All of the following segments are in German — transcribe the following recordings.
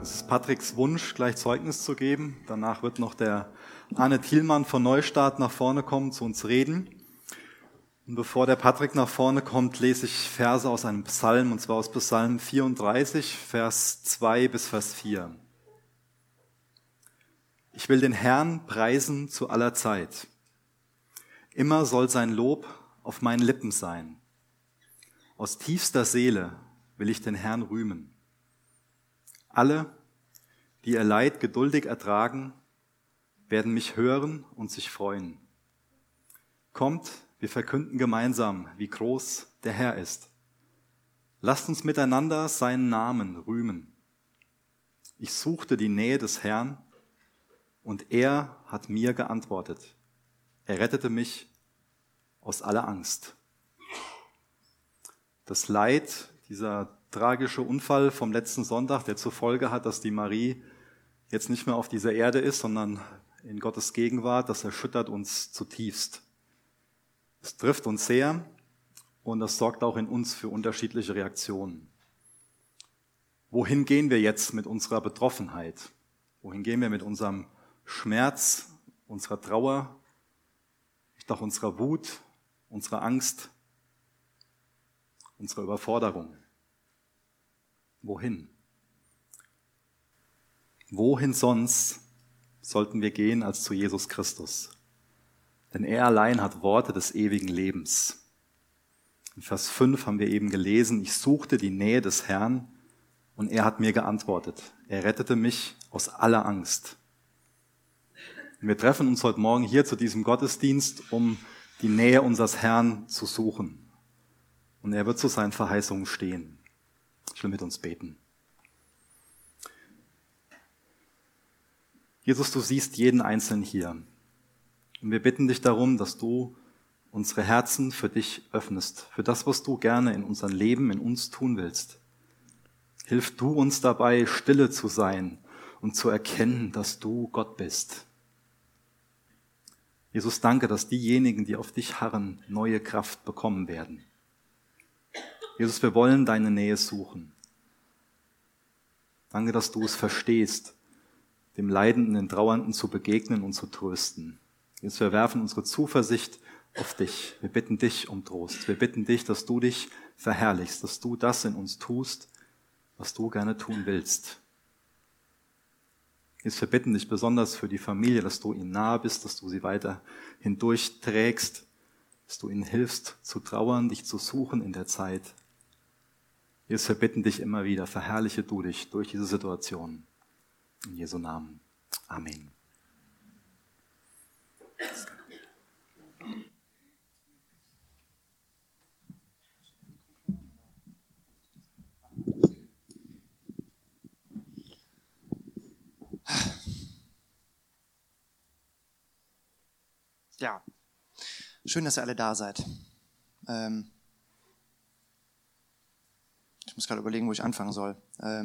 Es ist Patricks Wunsch, gleich Zeugnis zu geben. Danach wird noch der Arne Thielmann von Neustart nach vorne kommen, zu uns reden. Und bevor der Patrick nach vorne kommt, lese ich Verse aus einem Psalm, und zwar aus Psalm 34, Vers 2 bis Vers 4. Ich will den Herrn preisen zu aller Zeit. Immer soll sein Lob auf meinen Lippen sein. Aus tiefster Seele will ich den Herrn rühmen. Alle, die ihr Leid geduldig ertragen, werden mich hören und sich freuen. Kommt, wir verkünden gemeinsam, wie groß der Herr ist. Lasst uns miteinander seinen Namen rühmen. Ich suchte die Nähe des Herrn und er hat mir geantwortet. Er rettete mich aus aller Angst. Das Leid, dieser tragische Unfall vom letzten Sonntag, der zur Folge hat, dass die Marie jetzt nicht mehr auf dieser Erde ist, sondern in Gottes Gegenwart, das erschüttert uns zutiefst. Es trifft uns sehr und das sorgt auch in uns für unterschiedliche Reaktionen. Wohin gehen wir jetzt mit unserer Betroffenheit? Wohin gehen wir mit unserem Schmerz, unserer Trauer, vielleicht auch unserer Wut, unserer Angst, unserer Überforderung? Wohin? Wohin sonst sollten wir gehen als zu Jesus Christus? Denn er allein hat Worte des ewigen Lebens. In Vers 5 haben wir eben gelesen, ich suchte die Nähe des Herrn und er hat mir geantwortet. Er rettete mich aus aller Angst. Und wir treffen uns heute Morgen hier zu diesem Gottesdienst, um die Nähe unseres Herrn zu suchen. Und er wird zu seinen Verheißungen stehen. Ich will mit uns beten. Jesus, du siehst jeden Einzelnen hier. Und wir bitten dich darum, dass du unsere Herzen für dich öffnest, für das, was du gerne in unserem Leben, in uns tun willst. Hilf du uns dabei, stille zu sein und zu erkennen, dass du Gott bist. Jesus, danke, dass diejenigen, die auf dich harren, neue Kraft bekommen werden. Jesus, wir wollen deine Nähe suchen. Danke, dass du es verstehst, dem Leidenden, den Trauernden zu begegnen und zu trösten. Jesus, wir werfen unsere Zuversicht auf dich. Wir bitten dich um Trost. Wir bitten dich, dass du dich verherrlichst, dass du das in uns tust, was du gerne tun willst. Jesus, wir bitten dich besonders für die Familie, dass du ihnen nahe bist, dass du sie weiter hindurchträgst, dass du ihnen hilfst zu trauern, dich zu suchen in der Zeit. Jesus, wir bitten dich immer wieder, verherrliche du dich durch diese Situation. In Jesu Namen. Amen. Ja, schön, dass ihr alle da seid. Ich muss gerade überlegen, wo ich anfangen soll.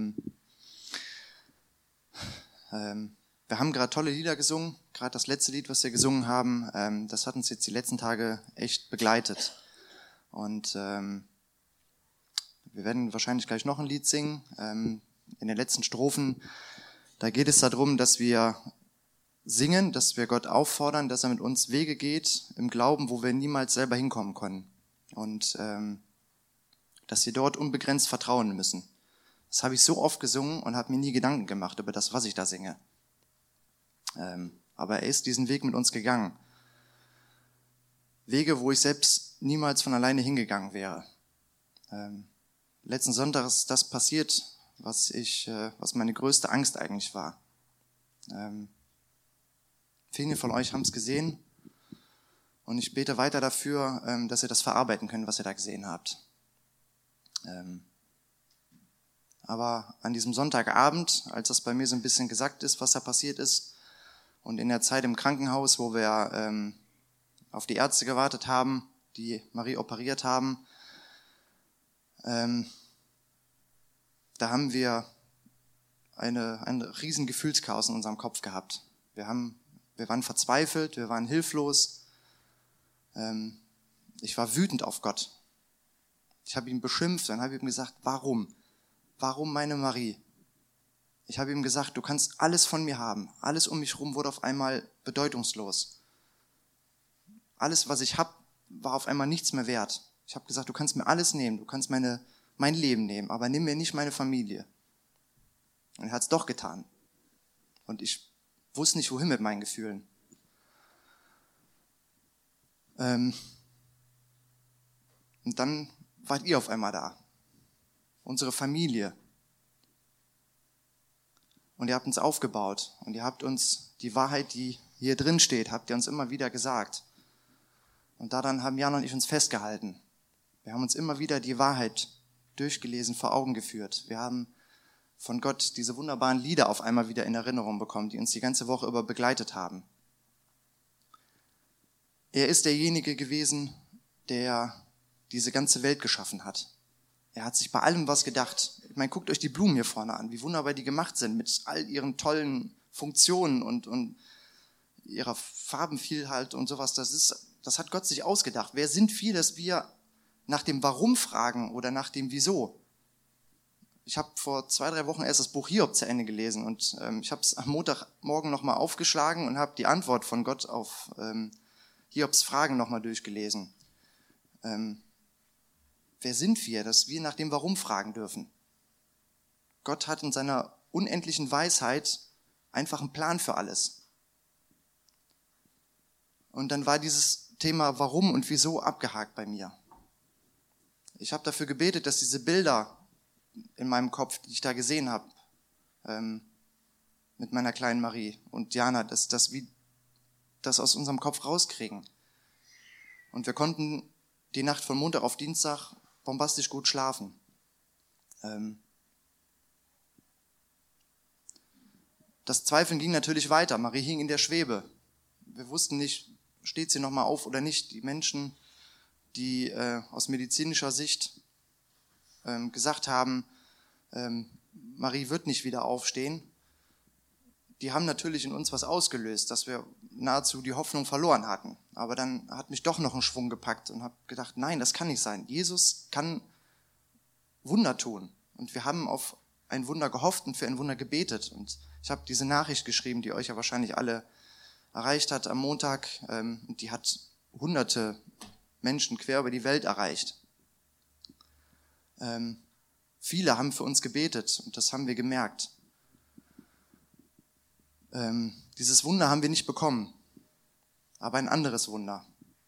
Wir haben gerade tolle Lieder gesungen, gerade das letzte Lied, was wir gesungen haben, das hat uns jetzt die letzten Tage echt begleitet. Und wir werden wahrscheinlich gleich noch ein Lied singen. In den letzten Strophen, da geht es darum, dass wir singen, dass wir Gott auffordern, dass er mit uns Wege geht im Glauben, wo wir niemals selber hinkommen können. Und dass wir dort unbegrenzt vertrauen müssen. Das habe ich so oft gesungen und habe mir nie Gedanken gemacht über das, was ich da singe. Aber er ist diesen Weg mit uns gegangen. Wege, wo ich selbst niemals von alleine hingegangen wäre. Letzten Sonntag ist das passiert, was meine größte Angst eigentlich war. Viele von euch haben es gesehen und ich bete weiter dafür, dass ihr das verarbeiten könnt, was ihr da gesehen habt. Aber an diesem Sonntagabend, als das bei mir so ein bisschen gesagt ist, was da passiert ist, und in der Zeit im Krankenhaus, wo wir auf die Ärzte gewartet haben, die Marie operiert haben, da haben wir ein riesen Gefühlschaos in unserem Kopf gehabt. Wir waren verzweifelt, wir waren hilflos. Ich war wütend auf Gott. Ich habe ihn beschimpft, dann habe ich ihm gesagt, warum? Warum meine Marie? Ich habe ihm gesagt, du kannst alles von mir haben. Alles um mich herum wurde auf einmal bedeutungslos. Alles, was ich habe, war auf einmal nichts mehr wert. Ich habe gesagt, du kannst mir alles nehmen, du kannst mein Leben nehmen, aber nimm mir nicht meine Familie. Und er hat es doch getan. Und ich wusste nicht, wohin mit meinen Gefühlen. Und dann wart ihr auf einmal da. Unsere Familie. Und ihr habt uns aufgebaut. Und ihr habt uns die Wahrheit, die hier drin steht, habt ihr uns immer wieder gesagt. Und daran haben Jan und ich uns festgehalten. Wir haben uns immer wieder die Wahrheit durchgelesen, vor Augen geführt. Wir haben von Gott diese wunderbaren Lieder auf einmal wieder in Erinnerung bekommen, die uns die ganze Woche über begleitet haben. Er ist derjenige gewesen, der diese ganze Welt geschaffen hat. Er hat sich bei allem was gedacht. Ich meine, guckt euch die Blumen hier vorne an, wie wunderbar die gemacht sind, mit all ihren tollen Funktionen und ihrer Farbenvielfalt und sowas. Das hat Gott sich ausgedacht. Wer sind wir, dass wir nach dem Warum fragen oder nach dem Wieso? Ich habe vor 2-3 Wochen erst das Buch Hiob zu Ende gelesen und ich habe es am Montagmorgen nochmal aufgeschlagen und habe die Antwort von Gott auf Hiobs Fragen nochmal durchgelesen. Wer sind wir, dass wir nach dem Warum fragen dürfen? Gott hat in seiner unendlichen Weisheit einfach einen Plan für alles. Und dann war dieses Thema Warum und Wieso abgehakt bei mir. Ich habe dafür gebetet, dass diese Bilder in meinem Kopf, die ich da gesehen habe, mit meiner kleinen Marie und Diana, dass wir das aus unserem Kopf rauskriegen. Und wir konnten die Nacht von Montag auf Dienstag bombastisch gut schlafen. Das Zweifeln ging natürlich weiter. Marie hing in der Schwebe. Wir wussten nicht, steht sie nochmal auf oder nicht. Die Menschen, die aus medizinischer Sicht gesagt haben, Marie wird nicht wieder aufstehen, die haben natürlich in uns was ausgelöst, dass wir nahezu die Hoffnung verloren hatten. Aber dann hat mich doch noch ein Schwung gepackt und habe gedacht, nein, das kann nicht sein. Jesus kann Wunder tun. Und wir haben auf ein Wunder gehofft und für ein Wunder gebetet. Und ich habe diese Nachricht geschrieben, die euch ja wahrscheinlich alle erreicht hat am Montag. Und die hat hunderte Menschen quer über die Welt erreicht. Viele haben für uns gebetet und das haben wir gemerkt. Dieses Wunder haben wir nicht bekommen, aber ein anderes Wunder.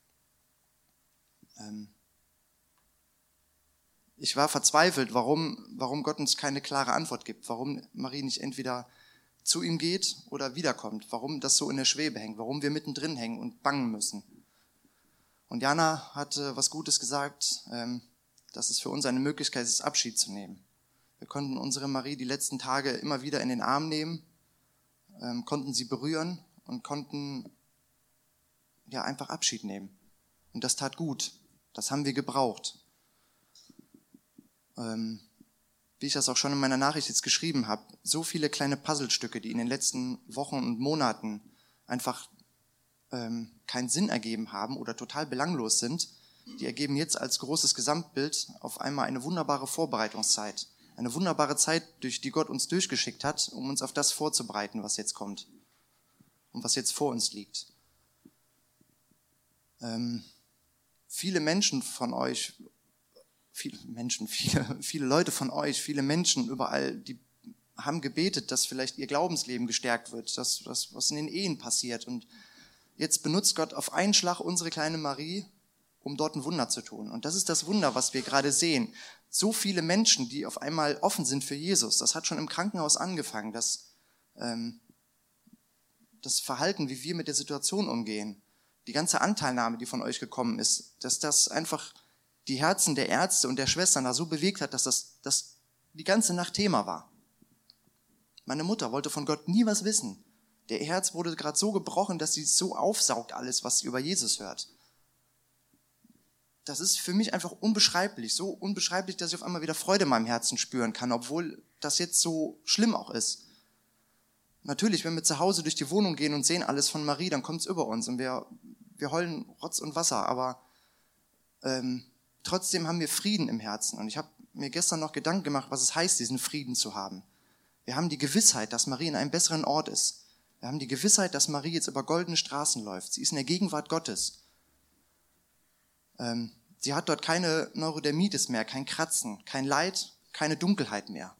Ich war verzweifelt, warum Gott uns keine klare Antwort gibt, warum Marie nicht entweder zu ihm geht oder wiederkommt, warum das so in der Schwebe hängt, warum wir mittendrin hängen und bangen müssen. Und Jana hat was Gutes gesagt, dass es für uns eine Möglichkeit ist, Abschied zu nehmen. Wir konnten unsere Marie die letzten Tage immer wieder in den Arm nehmen, konnten sie berühren und konnten ja einfach Abschied nehmen. Und das tat gut. Das haben wir gebraucht. Wie ich das auch schon in meiner Nachricht jetzt geschrieben habe, so viele kleine Puzzlestücke, die in den letzten Wochen und Monaten einfach keinen Sinn ergeben haben oder total belanglos sind, die ergeben jetzt als großes Gesamtbild auf einmal eine wunderbare Vorbereitungszeit. Eine wunderbare Zeit, durch die Gott uns durchgeschickt hat, um uns auf das vorzubereiten, was jetzt kommt und was jetzt vor uns liegt. Viele Menschen von euch, viele Leute von euch, viele Menschen überall, die haben gebetet, dass vielleicht ihr Glaubensleben gestärkt wird, dass was in den Ehen passiert. Und jetzt benutzt Gott auf einen Schlag unsere kleine Marie, um dort ein Wunder zu tun. Und das ist das Wunder, was wir gerade sehen. So viele Menschen, die auf einmal offen sind für Jesus. Das hat schon im Krankenhaus angefangen, dass das Verhalten, wie wir mit der Situation umgehen, die ganze Anteilnahme, die von euch gekommen ist, dass das einfach die Herzen der Ärzte und der Schwestern da so bewegt hat, dass das die ganze Nacht Thema war. Meine Mutter wollte von Gott nie was wissen. Der Herz wurde gerade so gebrochen, dass sie so aufsaugt alles, was sie über Jesus hört. Das ist für mich einfach unbeschreiblich, so unbeschreiblich, dass ich auf einmal wieder Freude in meinem Herzen spüren kann, obwohl das jetzt so schlimm auch ist. Natürlich, wenn wir zu Hause durch die Wohnung gehen und sehen alles von Marie, dann kommt es über uns und wir heulen Rotz und Wasser, aber trotzdem haben wir Frieden im Herzen. Und ich habe mir gestern noch Gedanken gemacht, was es heißt, diesen Frieden zu haben. Wir haben die Gewissheit, dass Marie in einem besseren Ort ist. Wir haben die Gewissheit, dass Marie jetzt über goldene Straßen läuft. Sie ist in der Gegenwart Gottes. Sie hat dort keine Neurodermitis mehr, kein Kratzen, kein Leid, keine Dunkelheit mehr.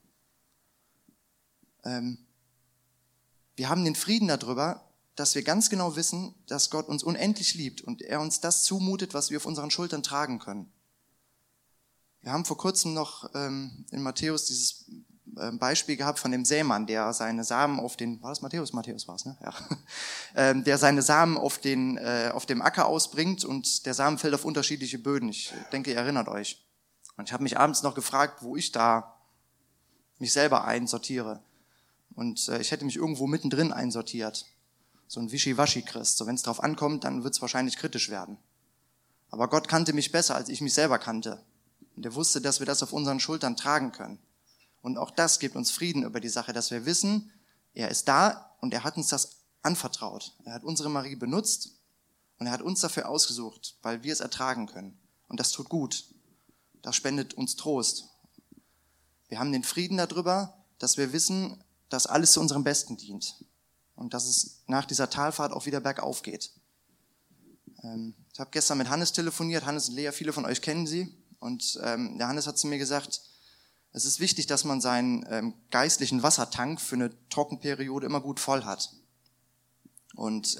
Wir haben den Frieden darüber, dass wir ganz genau wissen, dass Gott uns unendlich liebt und er uns das zumutet, was wir auf unseren Schultern tragen können. Wir haben vor kurzem noch in Matthäus dieses Beispiel gehabt von dem Sämann, der seine Samen auf den, war das Matthäus? Matthäus war es, ne? Ja. Der seine Samen auf dem Acker ausbringt und der Samen fällt auf unterschiedliche Böden. Ich denke, ihr erinnert euch. Und ich habe mich abends noch gefragt, wo ich da mich selber einsortiere. Und ich hätte mich irgendwo mittendrin einsortiert. So ein Wischiwaschi-Christ. So, wenn es drauf ankommt, dann wird es wahrscheinlich kritisch werden. Aber Gott kannte mich besser, als ich mich selber kannte. Und er wusste, dass wir das auf unseren Schultern tragen können. Und auch das gibt uns Frieden über die Sache, dass wir wissen, er ist da und er hat uns das anvertraut. Er hat unsere Marie benutzt und er hat uns dafür ausgesucht, weil wir es ertragen können. Und das tut gut. Das spendet uns Trost. Wir haben den Frieden darüber, dass wir wissen, dass alles zu unserem Besten dient. Und dass es nach dieser Talfahrt auch wieder bergauf geht. Ich habe gestern mit Hannes telefoniert. Hannes und Lea, viele von euch kennen sie. Und der Hannes hat zu mir gesagt, es ist wichtig, dass man seinen geistlichen Wassertank für eine Trockenperiode immer gut voll hat. Und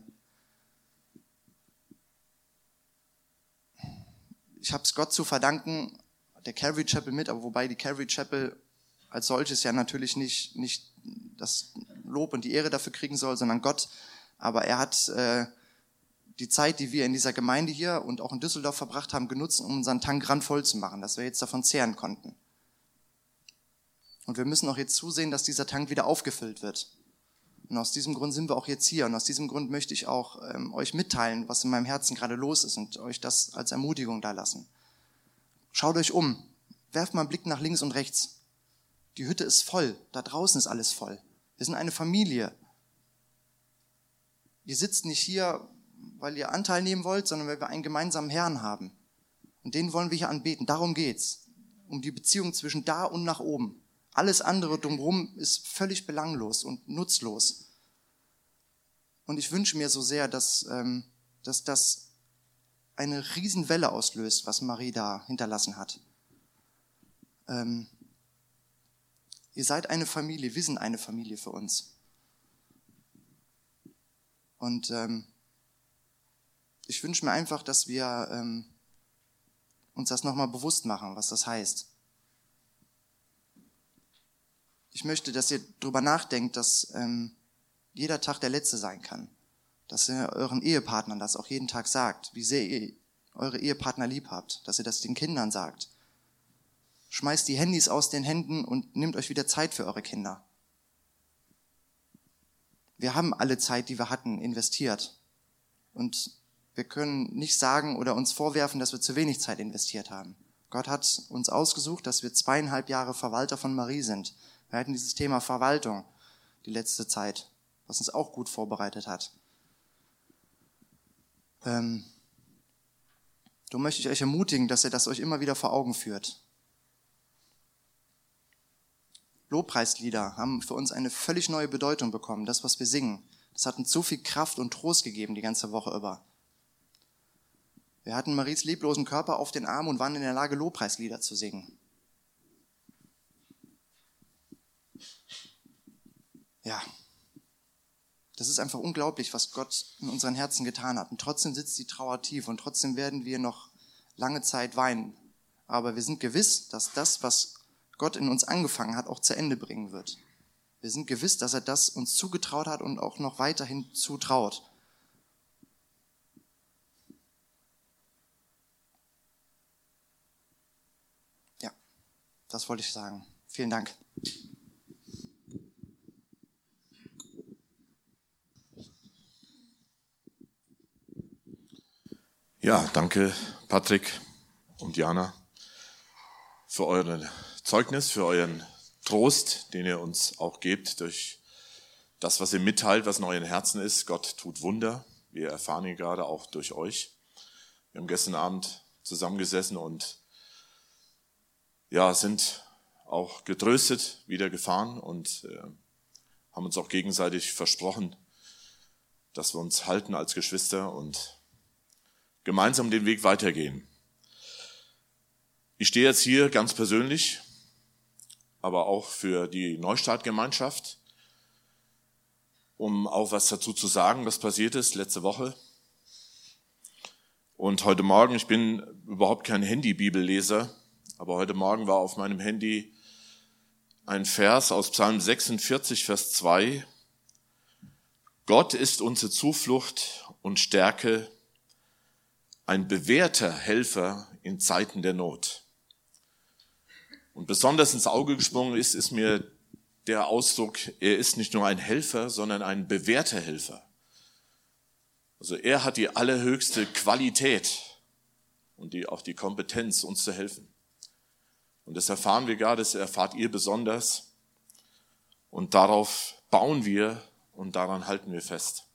ich habe es Gott zu verdanken, der Calvary Chapel mit, aber wobei die Calvary Chapel als solches ja natürlich nicht das Lob und die Ehre dafür kriegen soll, sondern Gott. Aber er hat die Zeit, die wir in dieser Gemeinde hier und auch in Düsseldorf verbracht haben, genutzt, um unseren Tank randvoll zu machen, dass wir jetzt davon zehren konnten. Und wir müssen auch jetzt zusehen, dass dieser Tank wieder aufgefüllt wird. Und aus diesem Grund sind wir auch jetzt hier. Und aus diesem Grund möchte ich auch euch mitteilen, was in meinem Herzen gerade los ist und euch das als Ermutigung da lassen. Schaut euch um. Werft mal einen Blick nach links und rechts. Die Hütte ist voll. Da draußen ist alles voll. Wir sind eine Familie. Ihr sitzt nicht hier, weil ihr Anteil nehmen wollt, sondern weil wir einen gemeinsamen Herrn haben. Und den wollen wir hier anbeten. Darum geht's. Um die Beziehung zwischen da und nach oben. Alles andere drumherum ist völlig belanglos und nutzlos. Und ich wünsche mir so sehr, dass das eine Riesenwelle auslöst, was Marie da hinterlassen hat. Ihr seid eine Familie, wir sind eine Familie für uns. Und ich wünsche mir einfach, dass wir uns das nochmal bewusst machen, was das heißt. Ich möchte, dass ihr darüber nachdenkt, dass jeder Tag der letzte sein kann. Dass ihr euren Ehepartnern das auch jeden Tag sagt, wie sehr ihr eure Ehepartner lieb habt. Dass ihr das den Kindern sagt. Schmeißt die Handys aus den Händen und nehmt euch wieder Zeit für eure Kinder. Wir haben alle Zeit, die wir hatten, investiert. Und wir können nicht sagen oder uns vorwerfen, dass wir zu wenig Zeit investiert haben. Gott hat uns ausgesucht, dass wir 2,5 Jahre Verwalter von Marie sind. Wir hatten dieses Thema Verwaltung die letzte Zeit, was uns auch gut vorbereitet hat. Da möchte ich euch ermutigen, dass ihr das euch immer wieder vor Augen führt. Lobpreislieder haben für uns eine völlig neue Bedeutung bekommen, das, was wir singen. Das hat uns so viel Kraft und Trost gegeben die ganze Woche über. Wir hatten Maries leblosen Körper auf den Armen und waren in der Lage, Lobpreislieder zu singen. Ja, das ist einfach unglaublich, was Gott in unseren Herzen getan hat. Und trotzdem sitzt die Trauer tief und trotzdem werden wir noch lange Zeit weinen. Aber wir sind gewiss, dass das, was Gott in uns angefangen hat, auch zu Ende bringen wird. Wir sind gewiss, dass er das uns zugetraut hat und auch noch weiterhin zutraut. Ja, das wollte ich sagen. Vielen Dank. Ja, danke Patrick und Jana für euer Zeugnis, für euren Trost, den ihr uns auch gebt durch das, was ihr mitteilt, was in euren Herzen ist. Gott tut Wunder. Wir erfahren ihn gerade auch durch euch. Wir haben gestern Abend zusammengesessen und ja, sind auch getröstet wieder gefahren und haben uns auch gegenseitig versprochen, dass wir uns halten als Geschwister und gemeinsam den Weg weitergehen. Ich stehe jetzt hier ganz persönlich, aber auch für die Neustartgemeinschaft, um auch was dazu zu sagen, was passiert ist letzte Woche. Und heute Morgen, ich bin überhaupt kein Handy-Bibelleser, aber heute Morgen war auf meinem Handy ein Vers aus Psalm 46, Vers 2. Gott ist unsere Zuflucht und Stärke, ein bewährter Helfer in Zeiten der Not. Und besonders ins Auge gesprungen ist mir der Ausdruck, er ist nicht nur ein Helfer, sondern ein bewährter Helfer. Also er hat die allerhöchste Qualität und auch die Kompetenz, uns zu helfen. Und das erfahren wir gerade, das erfahrt ihr besonders. Und darauf bauen wir und daran halten wir fest.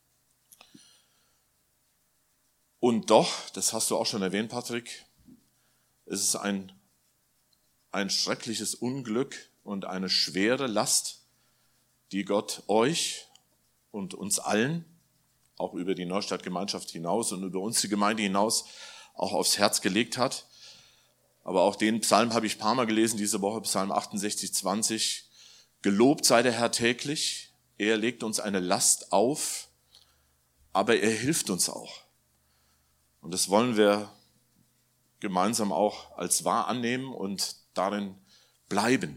Und doch, das hast du auch schon erwähnt, Patrick, es ist ein schreckliches Unglück und eine schwere Last, die Gott euch und uns allen, auch über die Neustartgemeinschaft hinaus und über uns die Gemeinde hinaus, auch aufs Herz gelegt hat. Aber auch den Psalm habe ich ein paar Mal gelesen diese Woche, Psalm 68, 20. Gelobt sei der Herr täglich, er legt uns eine Last auf, aber er hilft uns auch. Und das wollen wir gemeinsam auch als wahr annehmen und darin bleiben.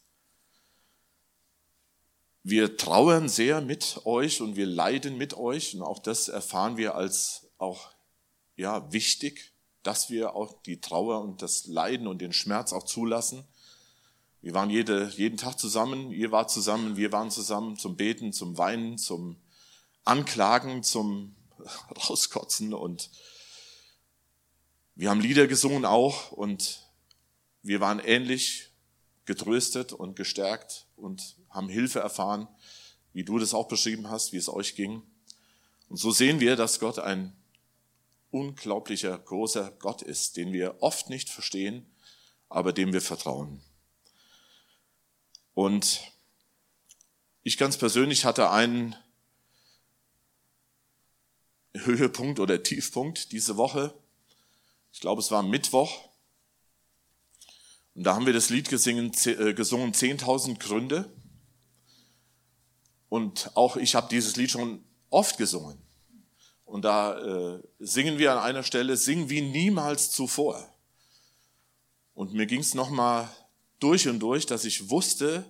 Wir trauern sehr mit euch und wir leiden mit euch und auch das erfahren wir als auch wichtig, dass wir auch die Trauer und das Leiden und den Schmerz auch zulassen. Wir waren jeden Tag zusammen, ihr wart zusammen, wir waren zusammen zum Beten, zum Weinen, zum Anklagen, zum Rauskotzen und wir haben Lieder gesungen auch und wir waren ähnlich getröstet und gestärkt und haben Hilfe erfahren, wie du das auch beschrieben hast, wie es euch ging. Und so sehen wir, dass Gott ein unglaublicher, großer Gott ist, den wir oft nicht verstehen, aber dem wir vertrauen. Und ich ganz persönlich hatte einen Höhepunkt oder Tiefpunkt diese Woche. Ich glaube, es war Mittwoch. Und da haben wir das Lied gesungen 10.000 Gründe. Und auch ich habe dieses Lied schon oft gesungen. Und da singen wir an einer Stelle, sing wie niemals zuvor. Und mir ging es nochmal durch und durch, dass ich wusste,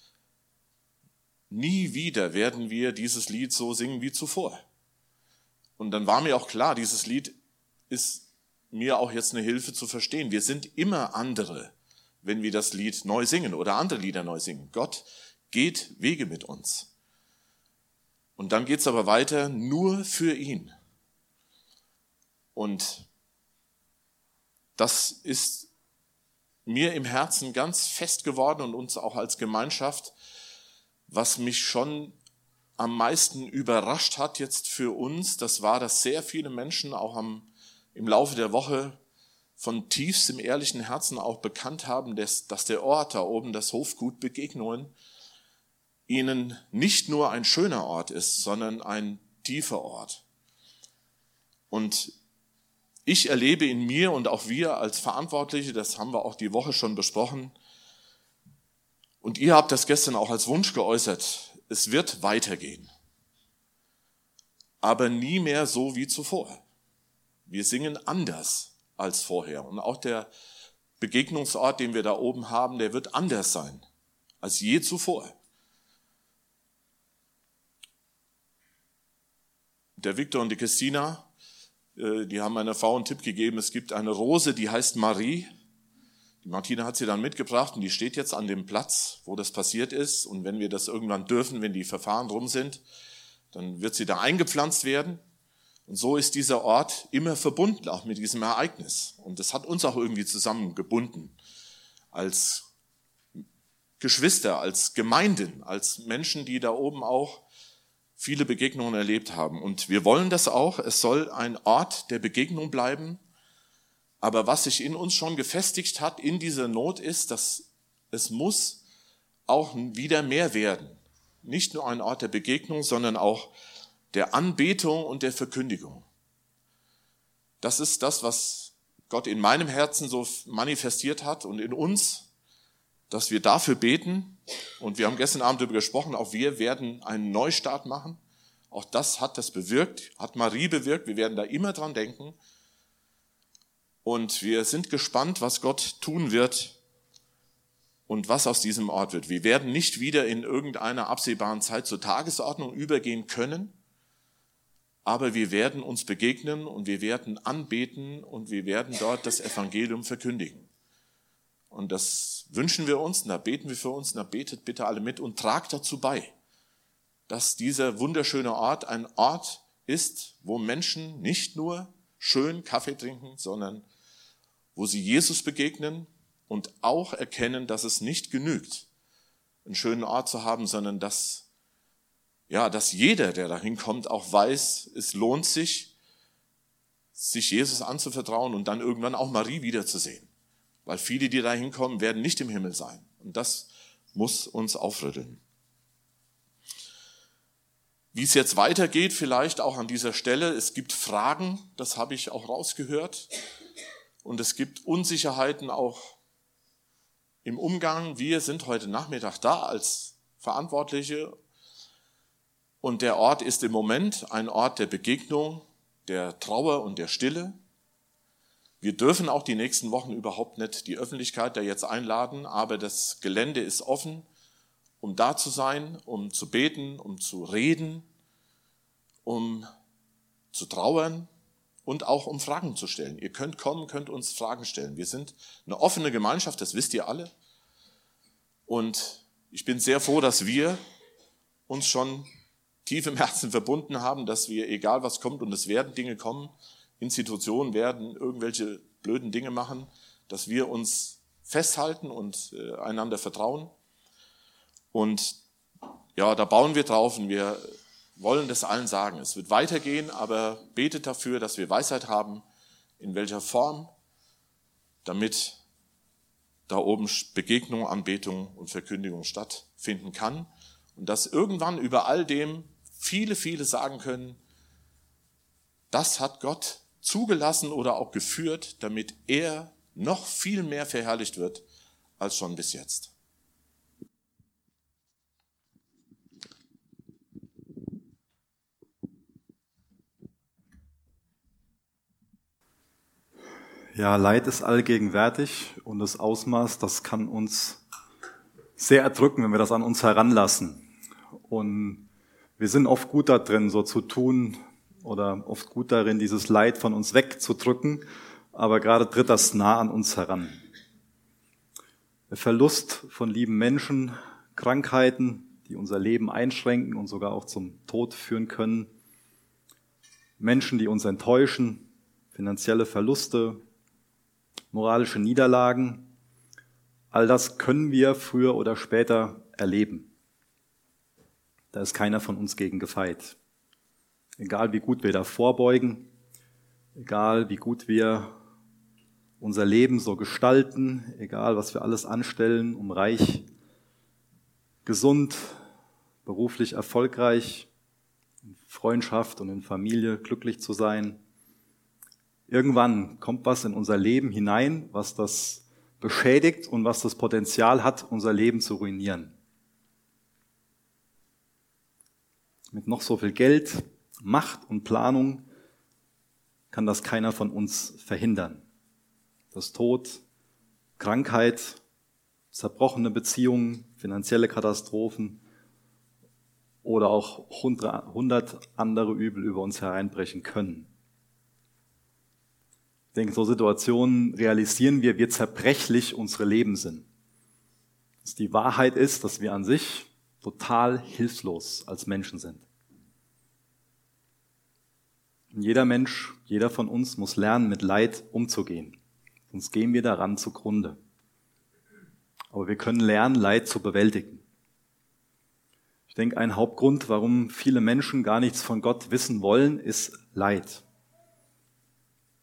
nie wieder werden wir dieses Lied so singen wie zuvor. Und dann war mir auch klar, dieses Lied ist mir auch jetzt eine Hilfe zu verstehen. Wir sind immer andere, wenn wir das Lied neu singen oder andere Lieder neu singen. Gott geht Wege mit uns. Und dann geht's aber weiter, nur für ihn. Und das ist mir im Herzen ganz fest geworden und uns auch als Gemeinschaft, was mich schon am meisten überrascht hat jetzt für uns, das war, dass sehr viele Menschen auch im Laufe der Woche von tiefstem ehrlichen Herzen auch bekannt haben, dass der Ort da oben, das Hofgut Begegnungen, ihnen nicht nur ein schöner Ort ist, sondern ein tiefer Ort. Und ich erlebe in mir und auch wir als Verantwortliche, das haben wir auch die Woche schon besprochen, und ihr habt das gestern auch als Wunsch geäußert, es wird weitergehen, aber nie mehr so wie zuvor. Wir singen anders als vorher. Und auch der Begegnungsort, den wir da oben haben, der wird anders sein als je zuvor. Der Viktor und die Christina, die haben meiner Frau einen Tipp gegeben, es gibt eine Rose, die heißt Marie. Die Martina hat sie dann mitgebracht und die steht jetzt an dem Platz, wo das passiert ist. Und wenn wir das irgendwann dürfen, wenn die Verfahren rum sind, dann wird sie da eingepflanzt werden. Und so ist dieser Ort immer verbunden, auch mit diesem Ereignis. Und das hat uns auch irgendwie zusammengebunden. Als Geschwister, als Gemeinden, als Menschen, die da oben auch viele Begegnungen erlebt haben. Und wir wollen das auch. Es soll ein Ort der Begegnung bleiben. Aber was sich in uns schon gefestigt hat in dieser Not ist, dass es muss auch wieder mehr werden. Nicht nur ein Ort der Begegnung, sondern auch der Anbetung und der Verkündigung. Das ist das, was Gott in meinem Herzen so manifestiert hat und in uns, dass wir dafür beten. Und wir haben gestern Abend darüber gesprochen, auch wir werden einen Neustart machen. Auch das hat das bewirkt, hat Marie bewirkt. Wir werden da immer dran denken. Und wir sind gespannt, was Gott tun wird und was aus diesem Ort wird. Wir werden nicht wieder in irgendeiner absehbaren Zeit zur Tagesordnung übergehen können, aber wir werden uns begegnen und wir werden anbeten und wir werden dort das Evangelium verkündigen. Und das wünschen wir uns, und da beten wir für uns, und da betet bitte alle mit und tragt dazu bei, dass dieser wunderschöne Ort ein Ort ist, wo Menschen nicht nur schön Kaffee trinken, sondern wo sie Jesus begegnen und auch erkennen, dass es nicht genügt, einen schönen Ort zu haben, sondern dass jeder, der da hinkommt, auch weiß, es lohnt sich Jesus anzuvertrauen und dann irgendwann auch Marie wiederzusehen. Weil viele, die da hinkommen, werden nicht im Himmel sein. Und das muss uns aufrütteln. Wie es jetzt weitergeht, vielleicht auch an dieser Stelle, es gibt Fragen, das habe ich auch rausgehört. Und es gibt Unsicherheiten auch im Umgang. Wir sind heute Nachmittag da als Verantwortliche. Und der Ort ist im Moment ein Ort der Begegnung, der Trauer und der Stille. Wir dürfen auch die nächsten Wochen überhaupt nicht die Öffentlichkeit da jetzt einladen, aber das Gelände ist offen, um da zu sein, um zu beten, um zu reden, um zu trauern und auch um Fragen zu stellen. Ihr könnt kommen, könnt uns Fragen stellen. Wir sind eine offene Gemeinschaft, das wisst ihr alle. Und ich bin sehr froh, dass wir uns schon tief im Herzen verbunden haben, dass wir, egal was kommt, und es werden Dinge kommen, Institutionen werden irgendwelche blöden Dinge machen, dass wir uns festhalten und einander vertrauen. Und ja, da bauen wir drauf und wir wollen das allen sagen. Es wird weitergehen, aber betet dafür, dass wir Weisheit haben, in welcher Form, damit da oben Begegnung, Anbetung und Verkündigung stattfinden kann. Und dass irgendwann über all dem viele, viele sagen können, das hat Gott zugelassen oder auch geführt, damit er noch viel mehr verherrlicht wird als schon bis jetzt. Ja, Leid ist allgegenwärtig und das Ausmaß, das kann uns sehr erdrücken, wenn wir das an uns heranlassen. Und wir sind oft gut da drin, so zu tun oder oft gut darin, dieses Leid von uns wegzudrücken, aber gerade tritt das nah an uns heran. Der Verlust von lieben Menschen, Krankheiten, die unser Leben einschränken und sogar auch zum Tod führen können, Menschen, die uns enttäuschen, finanzielle Verluste, moralische Niederlagen, all das können wir früher oder später erleben. Da ist keiner von uns gegen gefeit. Egal wie gut wir da vorbeugen, egal wie gut wir unser Leben so gestalten, egal was wir alles anstellen, um reich, gesund, beruflich erfolgreich, in Freundschaft und in Familie glücklich zu sein. Irgendwann kommt was in unser Leben hinein, was das beschädigt und was das Potenzial hat, unser Leben zu ruinieren. Mit noch so viel Geld, Macht und Planung kann das keiner von uns verhindern. Das Tod, Krankheit, zerbrochene Beziehungen, finanzielle Katastrophen oder auch 100 andere Übel über uns hereinbrechen können. Ich denke, so Situationen realisieren wir, wie zerbrechlich unsere Leben sind. Dass die Wahrheit ist, dass wir an sich total hilflos als Menschen sind. Und jeder Mensch, jeder von uns muss lernen, mit Leid umzugehen. Sonst gehen wir daran zugrunde. Aber wir können lernen, Leid zu bewältigen. Ich denke, ein Hauptgrund, warum viele Menschen gar nichts von Gott wissen wollen, ist Leid.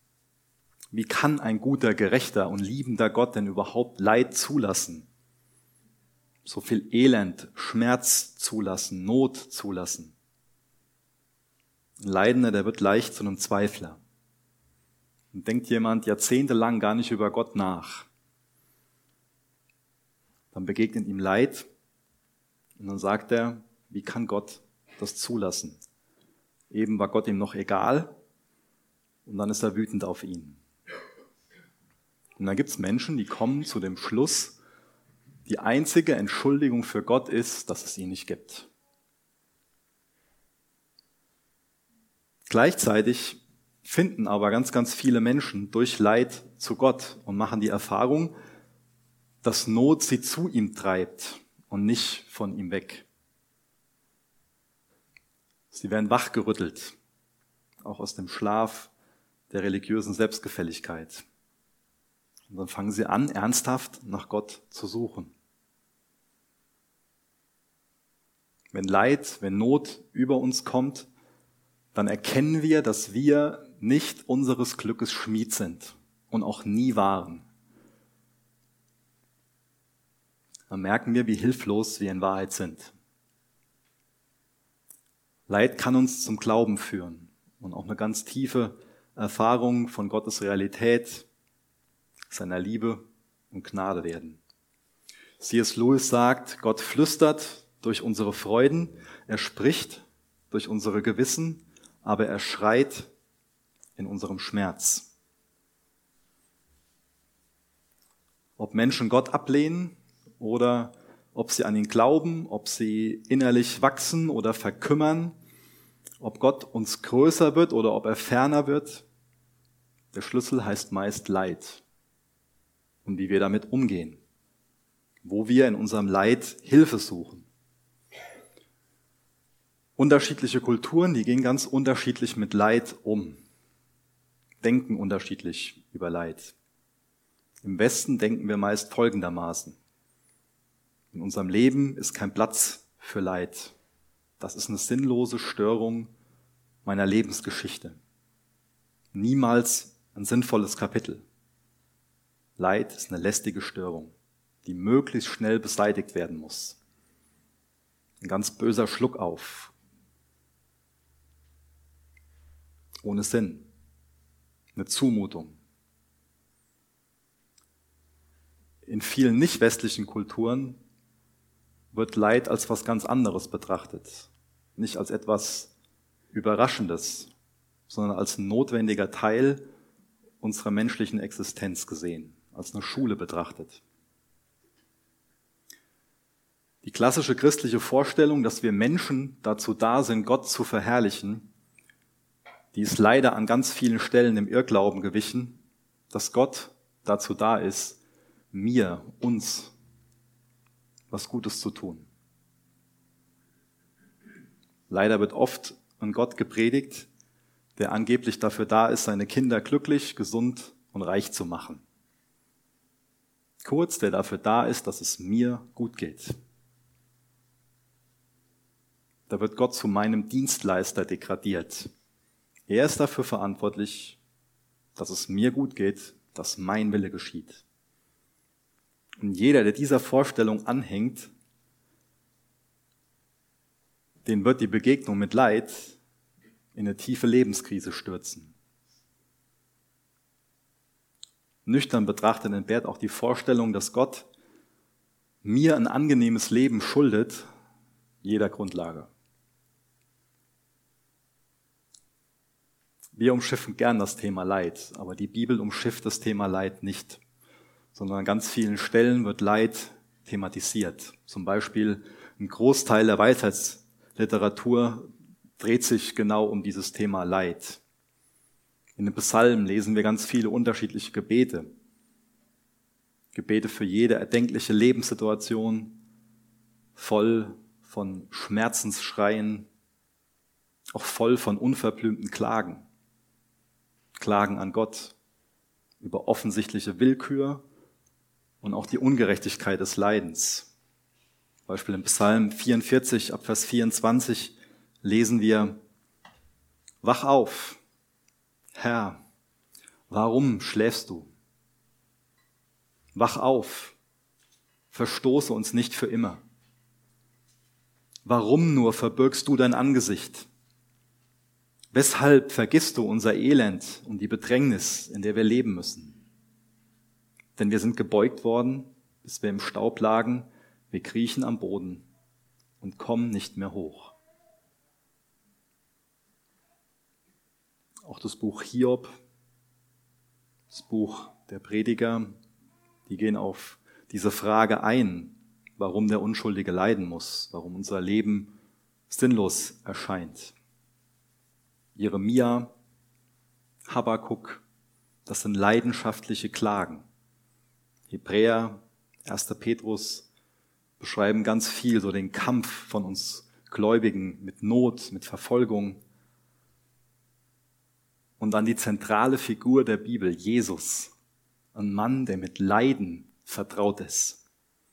Wie kann ein guter, gerechter und liebender Gott denn überhaupt Leid zulassen? so viel Elend, Schmerz zulassen, Not zulassen? Ein Leidender, der wird leicht zu einem Zweifler. Und denkt jemand jahrzehntelang gar nicht über Gott nach. Dann begegnet ihm Leid und dann sagt er, wie kann Gott das zulassen? Eben war Gott ihm noch egal und dann ist er wütend auf ihn. Und dann gibt es Menschen, die kommen zu dem Schluss, die einzige Entschuldigung für Gott ist, dass es ihn nicht gibt. Gleichzeitig finden aber ganz, ganz viele Menschen durch Leid zu Gott und machen die Erfahrung, dass Not sie zu ihm treibt und nicht von ihm weg. Sie werden wachgerüttelt, auch aus dem Schlaf der religiösen Selbstgefälligkeit. Und dann fangen sie an, ernsthaft nach Gott zu suchen. Wenn Leid, wenn Not über uns kommt, dann erkennen wir, dass wir nicht unseres Glückes Schmied sind und auch nie waren. Dann merken wir, wie hilflos wir in Wahrheit sind. Leid kann uns zum Glauben führen und auch eine ganz tiefe Erfahrung von Gottes Realität, seiner Liebe und Gnade werden. C.S. Lewis sagt, Gott flüstert durch unsere Freuden, er spricht durch unsere Gewissen, aber er schreit in unserem Schmerz. Ob Menschen Gott ablehnen oder ob sie an ihn glauben, ob sie innerlich wachsen oder verkümmern, ob Gott uns größer wird oder ob er ferner wird, der Schlüssel heißt meist Leid und wie wir damit umgehen, wo wir in unserem Leid Hilfe suchen. Unterschiedliche Kulturen, die gehen ganz unterschiedlich mit Leid um, denken unterschiedlich über Leid. Im Westen denken wir meist folgendermaßen: In unserem Leben ist kein Platz für Leid. Das ist eine sinnlose Störung meiner Lebensgeschichte. Niemals ein sinnvolles Kapitel. Leid ist eine lästige Störung, die möglichst schnell beseitigt werden muss. Ein ganz böser Schluck auf. Ohne Sinn. Eine Zumutung. In vielen nicht westlichen Kulturen wird Leid als was ganz anderes betrachtet. Nicht als etwas Überraschendes, sondern als ein notwendiger Teil unserer menschlichen Existenz gesehen, als eine Schule betrachtet. Die klassische christliche Vorstellung, dass wir Menschen dazu da sind, Gott zu verherrlichen, die ist leider an ganz vielen Stellen im Irrglauben gewichen, dass Gott dazu da ist, mir, uns, was Gutes zu tun. Leider wird oft ein Gott gepredigt, der angeblich dafür da ist, seine Kinder glücklich, gesund und reich zu machen. Kurz, der dafür da ist, dass es mir gut geht. Da wird Gott zu meinem Dienstleister degradiert. Er ist dafür verantwortlich, dass es mir gut geht, dass mein Wille geschieht. Und jeder, der dieser Vorstellung anhängt, den wird die Begegnung mit Leid in eine tiefe Lebenskrise stürzen. Nüchtern betrachtet entbehrt auch die Vorstellung, dass Gott mir ein angenehmes Leben schuldet, jeder Grundlage. Wir umschiffen gern das Thema Leid, aber die Bibel umschifft das Thema Leid nicht, sondern an ganz vielen Stellen wird Leid thematisiert. Zum Beispiel ein Großteil der Weisheitsliteratur dreht sich genau um dieses Thema Leid. In den Psalmen lesen wir ganz viele unterschiedliche Gebete. Gebete für jede erdenkliche Lebenssituation, voll von Schmerzensschreien, auch voll von unverblümten Klagen. Klagen an Gott über offensichtliche Willkür und auch die Ungerechtigkeit des Leidens. Zum Beispiel im Psalm 44 ab Vers 24 lesen wir: Wach auf, Herr, warum schläfst du? Wach auf, verstoße uns nicht für immer. Warum nur verbirgst du dein Angesicht? Weshalb vergisst du unser Elend und die Bedrängnis, in der wir leben müssen? Denn wir sind gebeugt worden, bis wir im Staub lagen, wir kriechen am Boden und kommen nicht mehr hoch. Auch das Buch Hiob, das Buch der Prediger, die gehen auf diese Frage ein, warum der Unschuldige leiden muss, warum unser Leben sinnlos erscheint. Jeremia, Habakuk, das sind leidenschaftliche Klagen. Hebräer, 1. Petrus beschreiben ganz viel so den Kampf von uns Gläubigen mit Not, mit Verfolgung. Und dann die zentrale Figur der Bibel, Jesus, ein Mann, der mit Leiden vertraut ist.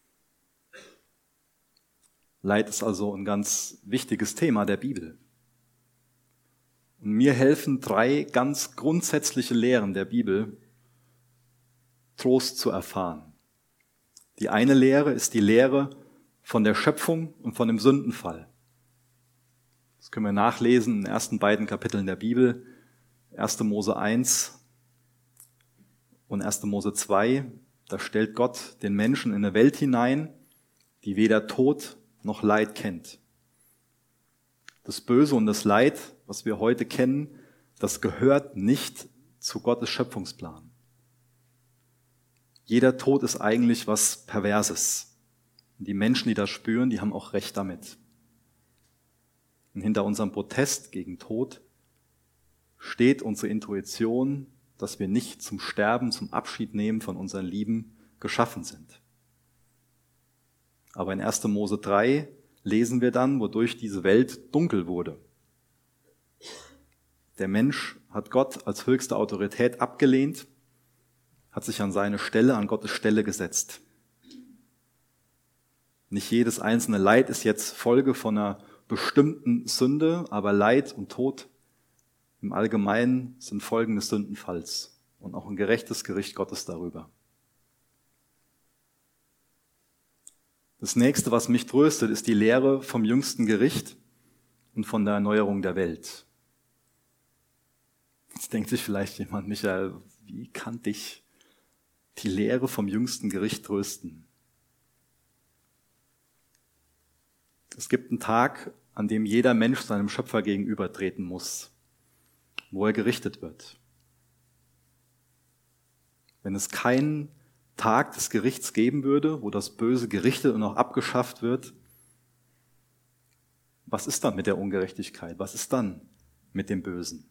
Leid ist also ein ganz wichtiges Thema der Bibel. Und mir helfen 3 ganz grundsätzliche Lehren der Bibel, Trost zu erfahren. Die eine Lehre ist die Lehre von der Schöpfung und von dem Sündenfall. Das können wir nachlesen in den ersten beiden Kapiteln der Bibel, 1. Mose 1 und 1. Mose 2. Da stellt Gott den Menschen in eine Welt hinein, die weder Tod noch Leid kennt. Das Böse und das Leid, was wir heute kennen, das gehört nicht zu Gottes Schöpfungsplan. Jeder Tod ist eigentlich was Perverses. Und die Menschen, die das spüren, die haben auch Recht damit. Und hinter unserem Protest gegen Tod steht unsere Intuition, dass wir nicht zum Sterben, zum Abschied nehmen von unseren Lieben geschaffen sind. Aber in 1. Mose 3 lesen wir dann, wodurch diese Welt dunkel wurde. Der Mensch hat Gott als höchste Autorität abgelehnt, hat sich an seine Stelle, an Gottes Stelle gesetzt. Nicht jedes einzelne Leid ist jetzt Folge von einer bestimmten Sünde, aber Leid und Tod im Allgemeinen sind Folgen des Sündenfalls und auch ein gerechtes Gericht Gottes darüber. Das nächste, was mich tröstet, ist die Lehre vom jüngsten Gericht und von der Erneuerung der Welt. Jetzt denkt sich vielleicht jemand, Michael, wie kann dich die Lehre vom jüngsten Gericht trösten? Es gibt einen Tag, an dem jeder Mensch seinem Schöpfer gegenübertreten muss, wo er gerichtet wird. Wenn es keinen Tag des Gerichts geben würde, wo das Böse gerichtet und auch abgeschafft wird, was ist dann mit der Ungerechtigkeit? Was ist dann mit dem Bösen?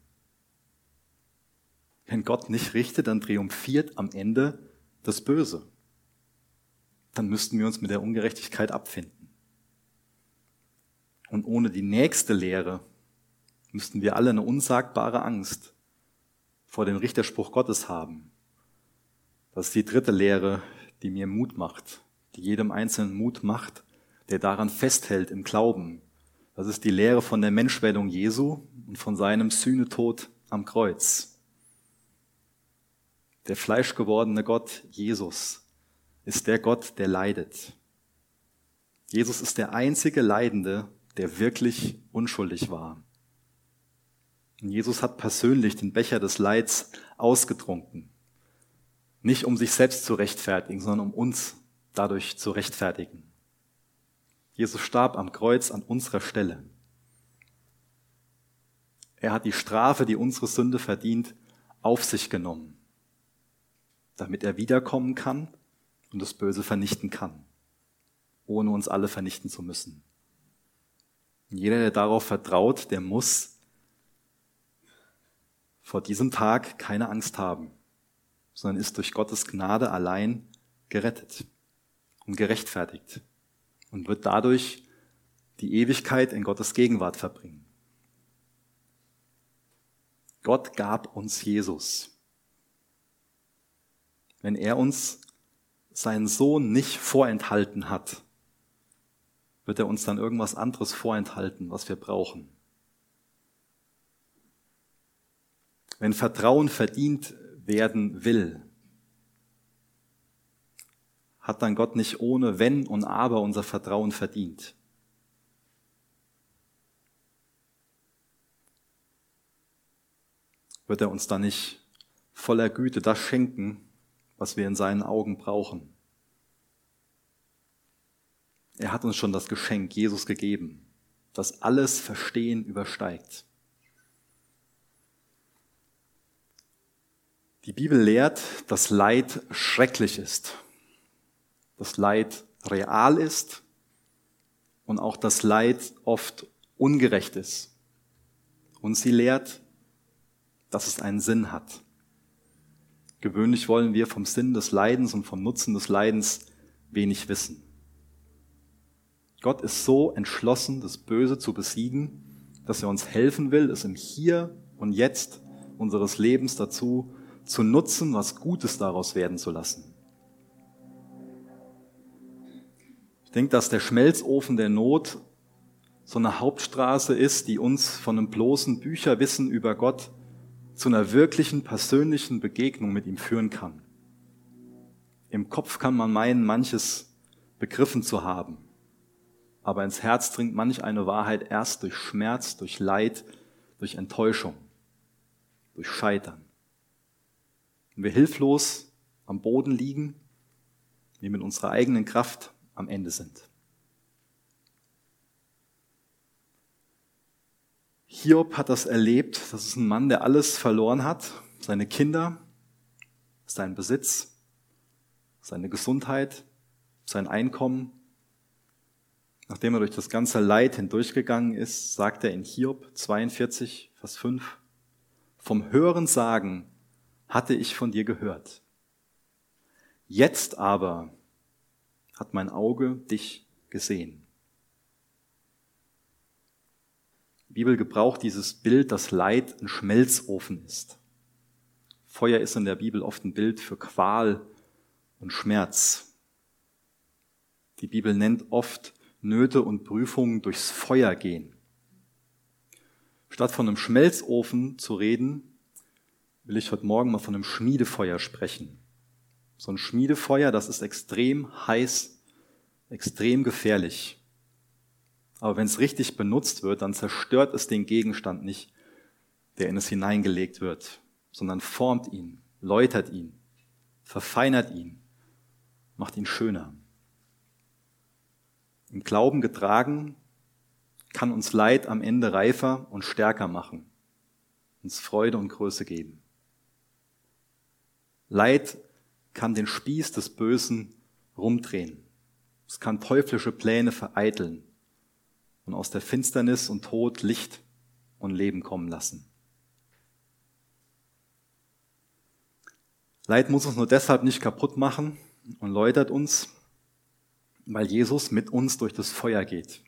Wenn Gott nicht richtet, dann triumphiert am Ende das Böse. Dann müssten wir uns mit der Ungerechtigkeit abfinden. Und ohne die nächste Lehre müssten wir alle eine unsagbare Angst vor dem Richterspruch Gottes haben. Das ist die dritte Lehre, die mir Mut macht, die jedem Einzelnen Mut macht, der daran festhält im Glauben. Das ist die Lehre von der Menschwerdung Jesu und von seinem Sühnetod am Kreuz. Der fleischgewordene Gott, Jesus, ist der Gott, der leidet. Jesus ist der einzige Leidende, der wirklich unschuldig war. Und Jesus hat persönlich den Becher des Leids ausgetrunken. Nicht um sich selbst zu rechtfertigen, sondern um uns dadurch zu rechtfertigen. Jesus starb am Kreuz an unserer Stelle. Er hat die Strafe, die unsere Sünde verdient, auf sich genommen, damit er wiederkommen kann und das Böse vernichten kann, ohne uns alle vernichten zu müssen. Und jeder, der darauf vertraut, der muss vor diesem Tag keine Angst haben, sondern ist durch Gottes Gnade allein gerettet und gerechtfertigt und wird dadurch die Ewigkeit in Gottes Gegenwart verbringen. Gott gab uns Jesus. Wenn er uns seinen Sohn nicht vorenthalten hat, wird er uns dann irgendwas anderes vorenthalten, was wir brauchen. Wenn Vertrauen verdient werden will, hat dann Gott nicht ohne Wenn und Aber unser Vertrauen verdient. Wird er uns dann nicht voller Güte das schenken, was wir in seinen Augen brauchen? Er hat uns schon das Geschenk Jesus gegeben, das alles Verstehen übersteigt. Die Bibel lehrt, dass Leid schrecklich ist, dass Leid real ist und auch dass Leid oft ungerecht ist. Und sie lehrt, dass es einen Sinn hat. Gewöhnlich wollen wir vom Sinn des Leidens und vom Nutzen des Leidens wenig wissen. Gott ist so entschlossen, das Böse zu besiegen, dass er uns helfen will, es im Hier und Jetzt unseres Lebens dazu zu nutzen, was Gutes daraus werden zu lassen. Ich denke, dass der Schmelzofen der Not so eine Hauptstraße ist, die uns von einem bloßen Bücherwissen über Gott zu einer wirklichen persönlichen Begegnung mit ihm führen kann. Im Kopf kann man meinen, manches begriffen zu haben, aber ins Herz dringt manch eine Wahrheit erst durch Schmerz, durch Leid, durch Enttäuschung, durch Scheitern. Wenn wir hilflos am Boden liegen, wir mit unserer eigenen Kraft am Ende sind. Hiob hat das erlebt, das ist ein Mann, der alles verloren hat, seine Kinder, seinen Besitz, seine Gesundheit, sein Einkommen. Nachdem er durch das ganze Leid hindurchgegangen ist, sagt er in Hiob 42, Vers 5, vom Hörensagen hatte ich von dir gehört. Jetzt aber hat mein Auge dich gesehen. Die Bibel gebraucht dieses Bild, dass Leid ein Schmelzofen ist. Feuer ist in der Bibel oft ein Bild für Qual und Schmerz. Die Bibel nennt oft Nöte und Prüfungen durchs Feuer gehen. Statt von einem Schmelzofen zu reden, will ich heute Morgen mal von einem Schmiedefeuer sprechen. So ein Schmiedefeuer, das ist extrem heiß, extrem gefährlich. Aber wenn es richtig benutzt wird, dann zerstört es den Gegenstand nicht, der in es hineingelegt wird, sondern formt ihn, läutert ihn, verfeinert ihn, macht ihn schöner. Im Glauben getragen kann uns Leid am Ende reifer und stärker machen, uns Freude und Größe geben. Leid kann den Spieß des Bösen rumdrehen. Es kann teuflische Pläne vereiteln und aus der Finsternis und Tod Licht und Leben kommen lassen. Leid muss uns nur deshalb nicht kaputt machen und läutert uns, weil Jesus mit uns durch das Feuer geht.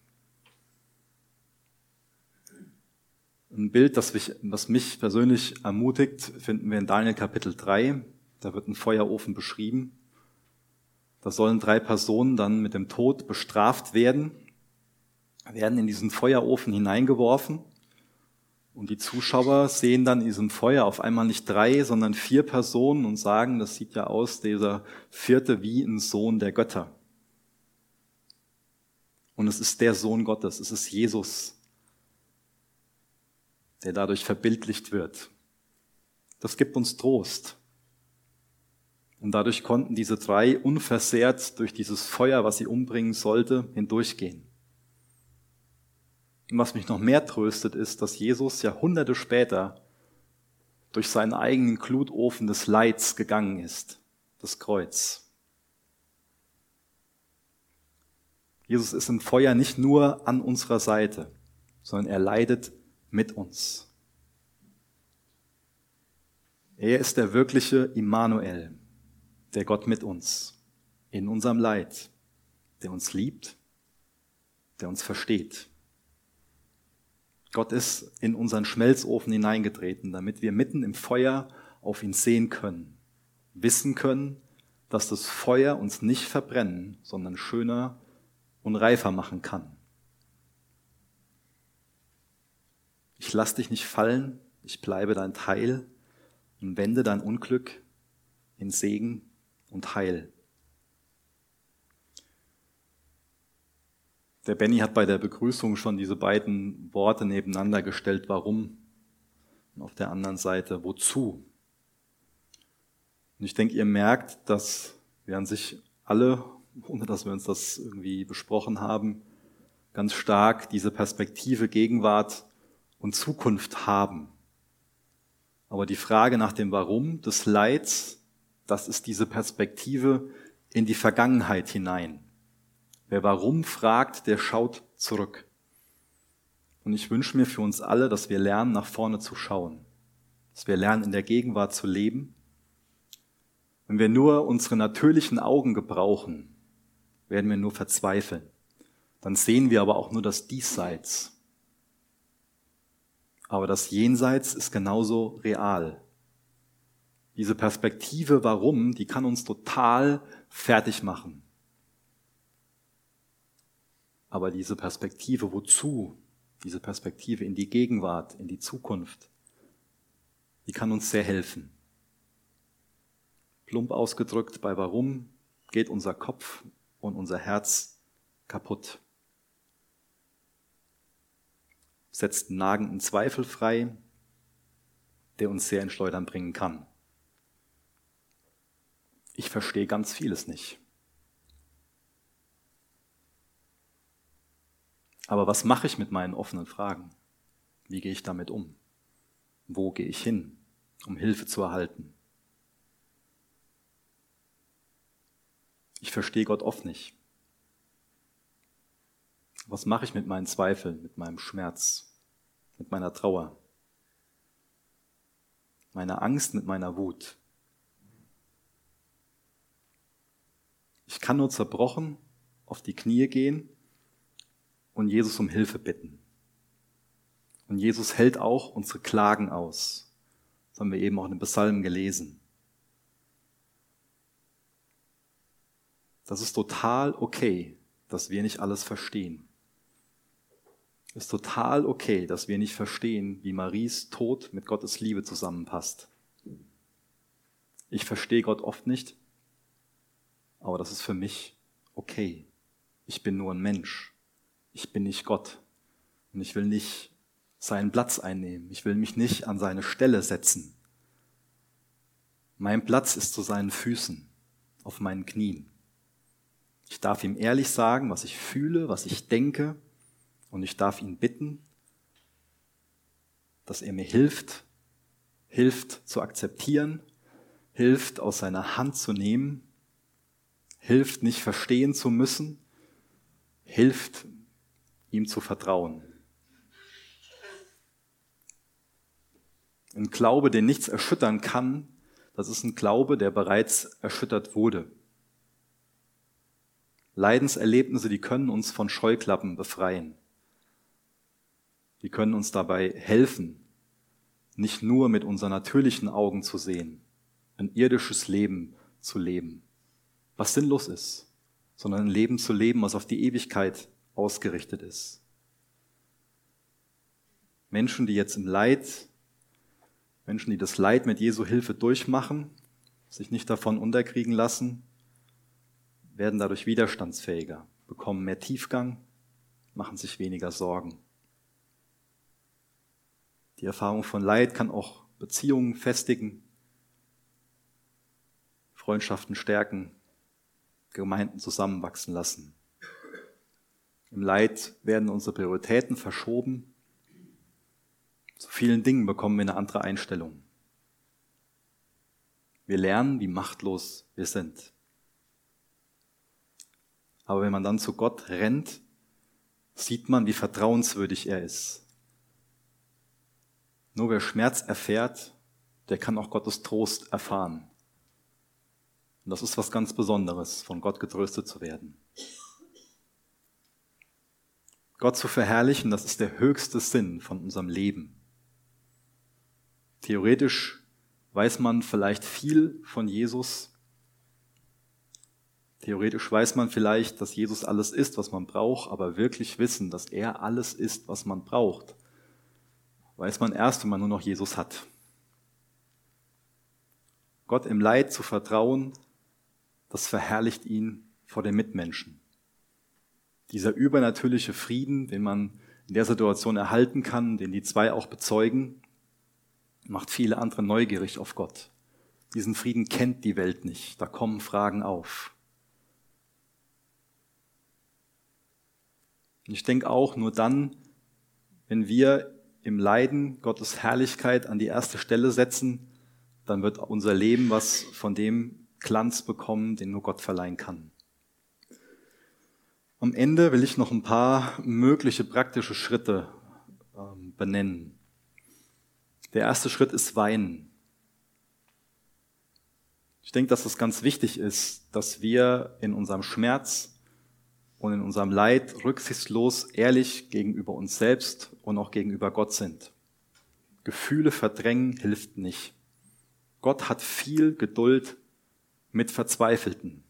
Ein Bild, das mich persönlich ermutigt, finden wir in Daniel Kapitel 3. Da wird ein Feuerofen beschrieben. Da sollen 3 Personen dann mit dem Tod bestraft werden in diesen Feuerofen hineingeworfen. Und die Zuschauer sehen dann in diesem Feuer auf einmal nicht 3, sondern 4 Personen und sagen, das sieht ja aus, dieser 4. wie ein Sohn der Götter. Und es ist der Sohn Gottes, es ist Jesus, der dadurch verbildlicht wird. Das gibt uns Trost. Und dadurch konnten diese 3 unversehrt durch dieses Feuer, was sie umbringen sollte, hindurchgehen. Und was mich noch mehr tröstet, ist, dass Jesus Jahrhunderte später durch seinen eigenen Glutofen des Leids gegangen ist, das Kreuz. Jesus ist im Feuer nicht nur an unserer Seite, sondern er leidet mit uns. Er ist der wirkliche Immanuel, der Gott mit uns, in unserem Leid, der uns liebt, der uns versteht. Gott ist in unseren Schmelzofen hineingetreten, damit wir mitten im Feuer auf ihn sehen können, wissen können, dass das Feuer uns nicht verbrennen, sondern schöner und reifer machen kann. Ich lass dich nicht fallen, ich bleibe dein Teil und wende dein Unglück in Segen und Heil. Der Benny hat bei der Begrüßung schon diese beiden Worte nebeneinander gestellt, warum, und auf der anderen Seite, wozu. Und ich denke, ihr merkt, dass wir an sich alle, ohne dass wir uns das irgendwie besprochen haben, ganz stark diese Perspektive Gegenwart und Zukunft haben. Aber die Frage nach dem Warum des Leids, das ist diese Perspektive in die Vergangenheit hinein. Wer Warum fragt, der schaut zurück. Und ich wünsche mir für uns alle, dass wir lernen, nach vorne zu schauen. Dass wir lernen, in der Gegenwart zu leben. Wenn wir nur unsere natürlichen Augen gebrauchen, werden wir nur verzweifeln. Dann sehen wir aber auch nur das Diesseits. Aber das Jenseits ist genauso real. Diese Perspektive, warum, die kann uns total fertig machen. Aber diese Perspektive, wozu, diese Perspektive in die Gegenwart, in die Zukunft, die kann uns sehr helfen. Plump ausgedrückt, bei warum geht unser Kopf und unser Herz kaputt. Setzt einen nagenden Zweifel frei, der uns sehr in Schleudern bringen kann. Ich verstehe ganz vieles nicht. Aber was mache ich mit meinen offenen Fragen? Wie gehe ich damit um? Wo gehe ich hin, um Hilfe zu erhalten? Ich verstehe Gott oft nicht. Was mache ich mit meinen Zweifeln, mit meinem Schmerz, mit meiner Trauer, meiner Angst, mit meiner Wut? Ich kann nur zerbrochen auf die Knie gehen und Jesus um Hilfe bitten. Und Jesus hält auch unsere Klagen aus. Das haben wir eben auch in den Psalmen gelesen. Das ist total okay, dass wir nicht alles verstehen. Es ist total okay, dass wir nicht verstehen, wie Maries Tod mit Gottes Liebe zusammenpasst. Ich verstehe Gott oft nicht, aber das ist für mich okay. Ich bin nur ein Mensch. Ich bin nicht Gott. Und ich will nicht seinen Platz einnehmen. Ich will mich nicht an seine Stelle setzen. Mein Platz ist zu seinen Füßen, auf meinen Knien. Ich darf ihm ehrlich sagen, was ich fühle, was ich denke. Und ich darf ihn bitten, dass er mir hilft zu akzeptieren, hilft aus seiner Hand zu nehmen, hilft nicht verstehen zu müssen, hilft ihm zu vertrauen. Ein Glaube, den nichts erschüttern kann, das ist ein Glaube, der bereits erschüttert wurde. Leidenserlebnisse, die können uns von Scheuklappen befreien. Die können uns dabei helfen, nicht nur mit unseren natürlichen Augen zu sehen, ein irdisches Leben zu leben, was sinnlos ist, sondern ein Leben zu leben, was auf die Ewigkeit ausgerichtet ist. Menschen, die jetzt im Leid, Menschen, die das Leid mit Jesu Hilfe durchmachen, sich nicht davon unterkriegen lassen, werden dadurch widerstandsfähiger, bekommen mehr Tiefgang, machen sich weniger Sorgen. Die Erfahrung von Leid kann auch Beziehungen festigen, Freundschaften stärken, Gemeinden zusammenwachsen lassen. Im Leid werden unsere Prioritäten verschoben. Zu vielen Dingen bekommen wir eine andere Einstellung. Wir lernen, wie machtlos wir sind. Aber wenn man dann zu Gott rennt, sieht man, wie vertrauenswürdig er ist. Nur wer Schmerz erfährt, der kann auch Gottes Trost erfahren. Und das ist was ganz Besonderes, von Gott getröstet zu werden. Gott zu verherrlichen, das ist der höchste Sinn von unserem Leben. Theoretisch weiß man vielleicht viel von Jesus. Theoretisch weiß man vielleicht, dass Jesus alles ist, was man braucht, aber wirklich wissen, dass er alles ist, was man braucht, weiß man erst, wenn man nur noch Jesus hat. Gott im Leid zu vertrauen, das verherrlicht ihn vor den Mitmenschen. Dieser übernatürliche Frieden, den man in der Situation erhalten kann, den die zwei auch bezeugen, macht viele andere neugierig auf Gott. Diesen Frieden kennt die Welt nicht. Da kommen Fragen auf. Und ich denke auch, nur dann, wenn wir im Leiden Gottes Herrlichkeit an die erste Stelle setzen, dann wird unser Leben was von dem Glanz bekommen, den nur Gott verleihen kann. Am Ende will ich noch ein paar mögliche praktische Schritte benennen. Der erste Schritt ist Weinen. Ich denke, dass es ganz wichtig ist, dass wir in unserem Schmerz und in unserem Leid rücksichtslos ehrlich gegenüber uns selbst und auch gegenüber Gott sind. Gefühle verdrängen hilft nicht. Gott hat viel Geduld mit Verzweifelten.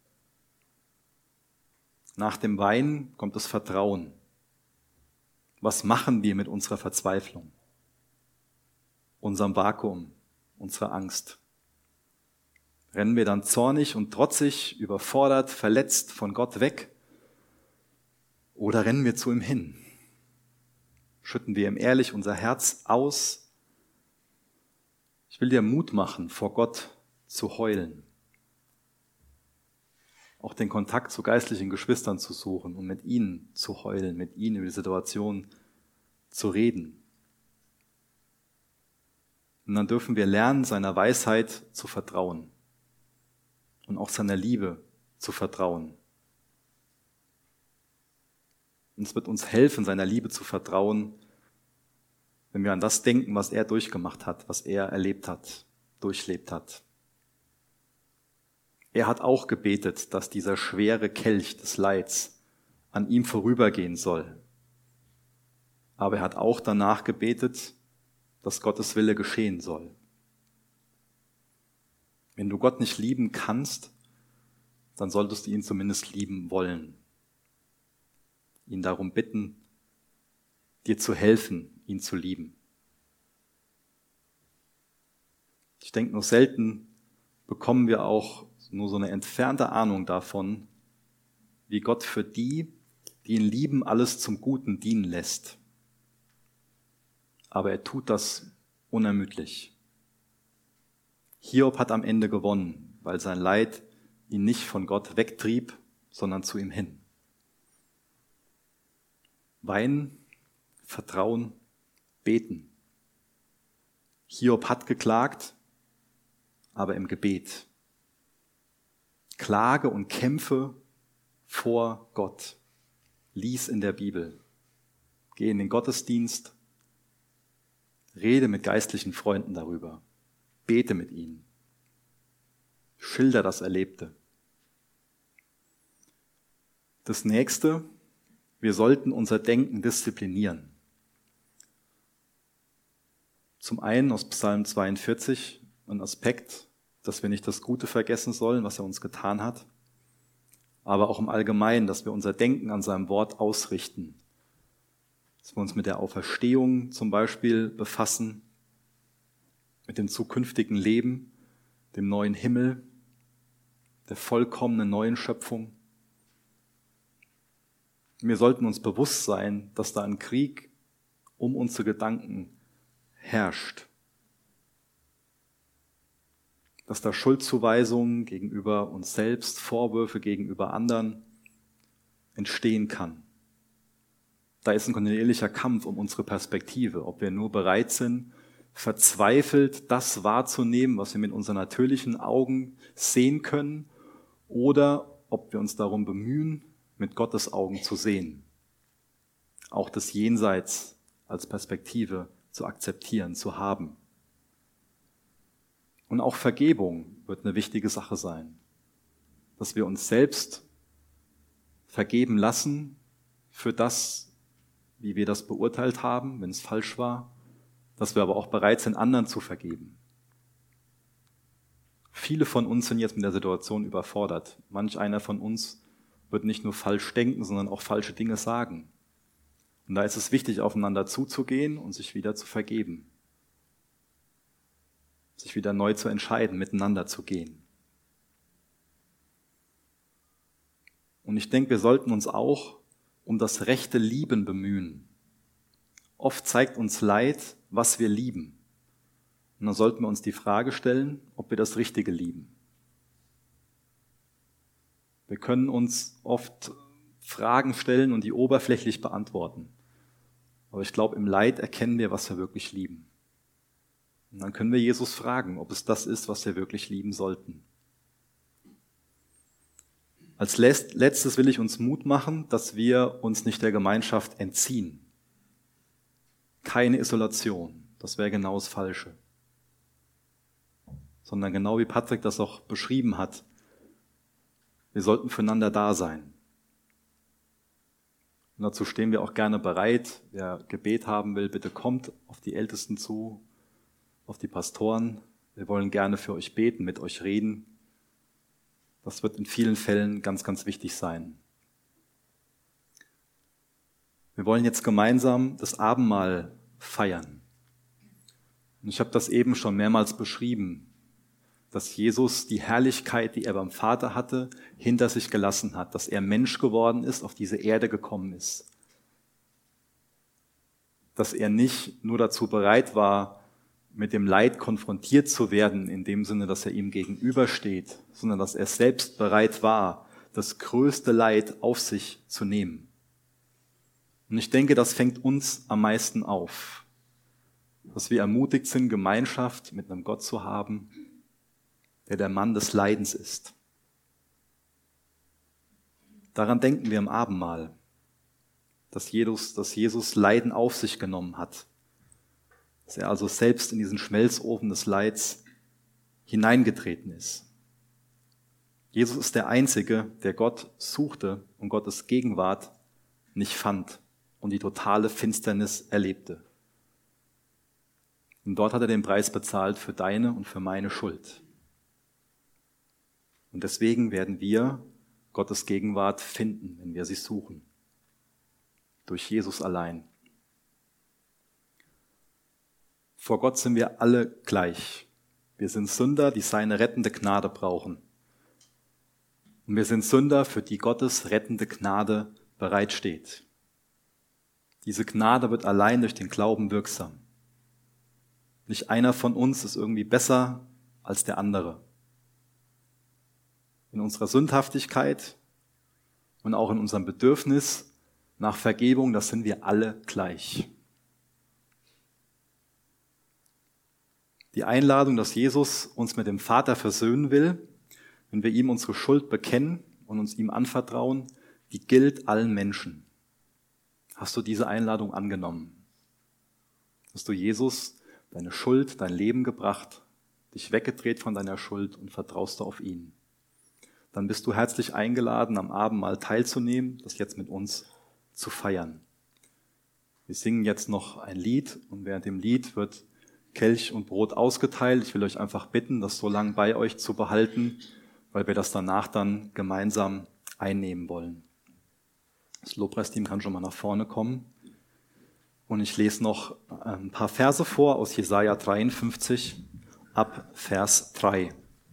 Nach dem Weinen kommt das Vertrauen. Was machen wir mit unserer Verzweiflung, unserem Vakuum, unserer Angst? Rennen wir dann zornig und trotzig, überfordert, verletzt von Gott weg? Oder rennen wir zu ihm hin? Schütten wir ihm ehrlich unser Herz aus? Ich will dir Mut machen, vor Gott zu heulen. Auch den Kontakt zu geistlichen Geschwistern zu suchen und mit ihnen zu heulen, mit ihnen über die Situation zu reden. Und dann dürfen wir lernen, seiner Weisheit zu vertrauen und auch seiner Liebe zu vertrauen. Und es wird uns helfen, seiner Liebe zu vertrauen, wenn wir an das denken, was er durchgemacht hat, was er erlebt hat, durchlebt hat. Er hat auch gebetet, dass dieser schwere Kelch des Leids an ihm vorübergehen soll. Aber er hat auch danach gebetet, dass Gottes Wille geschehen soll. Wenn du Gott nicht lieben kannst, dann solltest du ihn zumindest lieben wollen. Ihn darum bitten, dir zu helfen, ihn zu lieben. Ich denke, nur selten bekommen wir auch nur so eine entfernte Ahnung davon, wie Gott für die, die ihn lieben, alles zum Guten dienen lässt. Aber er tut das unermüdlich. Hiob hat am Ende gewonnen, weil sein Leid ihn nicht von Gott wegtrieb, sondern zu ihm hin. Weinen, vertrauen, beten. Hiob hat geklagt, aber im Gebet. Klage und kämpfe vor Gott. Lies in der Bibel. Geh in den Gottesdienst. Rede mit geistlichen Freunden darüber. Bete mit ihnen. Schilder das Erlebte. Das Nächste, wir sollten unser Denken disziplinieren. Zum einen aus Psalm 42 ein Aspekt, dass wir nicht das Gute vergessen sollen, was er uns getan hat, aber auch im Allgemeinen, dass wir unser Denken an seinem Wort ausrichten. Dass wir uns mit der Auferstehung zum Beispiel befassen, mit dem zukünftigen Leben, dem neuen Himmel, der vollkommenen neuen Schöpfung. Wir sollten uns bewusst sein, dass da ein Krieg um unsere Gedanken herrscht. Dass da Schuldzuweisungen gegenüber uns selbst, Vorwürfe gegenüber anderen entstehen kann. Da ist ein kontinuierlicher Kampf um unsere Perspektive, ob wir nur bereit sind, verzweifelt das wahrzunehmen, was wir mit unseren natürlichen Augen sehen können, oder ob wir uns darum bemühen, mit Gottes Augen zu sehen. Auch das Jenseits als Perspektive zu akzeptieren, zu haben. Und auch Vergebung wird eine wichtige Sache sein. Dass wir uns selbst vergeben lassen für das, wie wir das beurteilt haben, wenn es falsch war. Dass wir aber auch bereit sind, anderen zu vergeben. Viele von uns sind jetzt mit der Situation überfordert. Manch einer von uns wird nicht nur falsch denken, sondern auch falsche Dinge sagen. Und da ist es wichtig, aufeinander zuzugehen und sich wieder zu vergeben. Sich wieder neu zu entscheiden, miteinander zu gehen. Und ich denke, wir sollten uns auch um das rechte Lieben bemühen. Oft zeigt uns Leid, was wir lieben. Und dann sollten wir uns die Frage stellen, ob wir das Richtige lieben. Wir können uns oft Fragen stellen und die oberflächlich beantworten. Aber ich glaube, im Leid erkennen wir, was wir wirklich lieben. Und dann können wir Jesus fragen, ob es das ist, was wir wirklich lieben sollten. Als letztes will ich uns Mut machen, dass wir uns nicht der Gemeinschaft entziehen. Keine Isolation, das wäre genau das Falsche. Sondern genau wie Patrick das auch beschrieben hat, wir sollten füreinander da sein. Und dazu stehen wir auch gerne bereit. Wer Gebet haben will, bitte kommt auf die Ältesten zu, auf die Pastoren. Wir wollen gerne für euch beten, mit euch reden. Das wird in vielen Fällen ganz, ganz wichtig sein. Wir wollen jetzt gemeinsam das Abendmahl feiern. Und ich habe das eben schon mehrmals beschrieben, dass Jesus die Herrlichkeit, die er beim Vater hatte, hinter sich gelassen hat, dass er Mensch geworden ist, auf diese Erde gekommen ist. Dass er nicht nur dazu bereit war, mit dem Leid konfrontiert zu werden, in dem Sinne, dass er ihm gegenübersteht, sondern dass er selbst bereit war, das größte Leid auf sich zu nehmen. Und ich denke, das fängt uns am meisten auf, dass wir ermutigt sind, Gemeinschaft mit einem Gott zu haben, der Mann des Leidens ist. Daran denken wir im Abendmahl, dass Jesus Leiden auf sich genommen hat, dass er also selbst in diesen Schmelzofen des Leids hineingetreten ist. Jesus ist der Einzige, der Gott suchte und Gottes Gegenwart nicht fand und die totale Finsternis erlebte. Und dort hat er den Preis bezahlt für deine und für meine Schuld. Und deswegen werden wir Gottes Gegenwart finden, wenn wir sie suchen. Durch Jesus allein. Vor Gott sind wir alle gleich. Wir sind Sünder, die seine rettende Gnade brauchen. Und wir sind Sünder, für die Gottes rettende Gnade bereitsteht. Diese Gnade wird allein durch den Glauben wirksam. Nicht einer von uns ist irgendwie besser als der andere. In unserer Sündhaftigkeit und auch in unserem Bedürfnis nach Vergebung, das sind wir alle gleich. Die Einladung, dass Jesus uns mit dem Vater versöhnen will, wenn wir ihm unsere Schuld bekennen und uns ihm anvertrauen, die gilt allen Menschen. Hast du diese Einladung angenommen? Hast du Jesus deine Schuld, dein Leben gebracht, dich weggedreht von deiner Schuld und vertraust du auf ihn? Dann bist du herzlich eingeladen, am Abendmahl teilzunehmen, das jetzt mit uns zu feiern. Wir singen jetzt noch ein Lied und während dem Lied wird Kelch und Brot ausgeteilt. Ich will euch einfach bitten, das so lange bei euch zu behalten, weil wir das danach dann gemeinsam einnehmen wollen. Das Lobpreisteam kann schon mal nach vorne kommen. Und ich lese noch ein paar Verse vor aus Jesaja 53 ab Vers 3.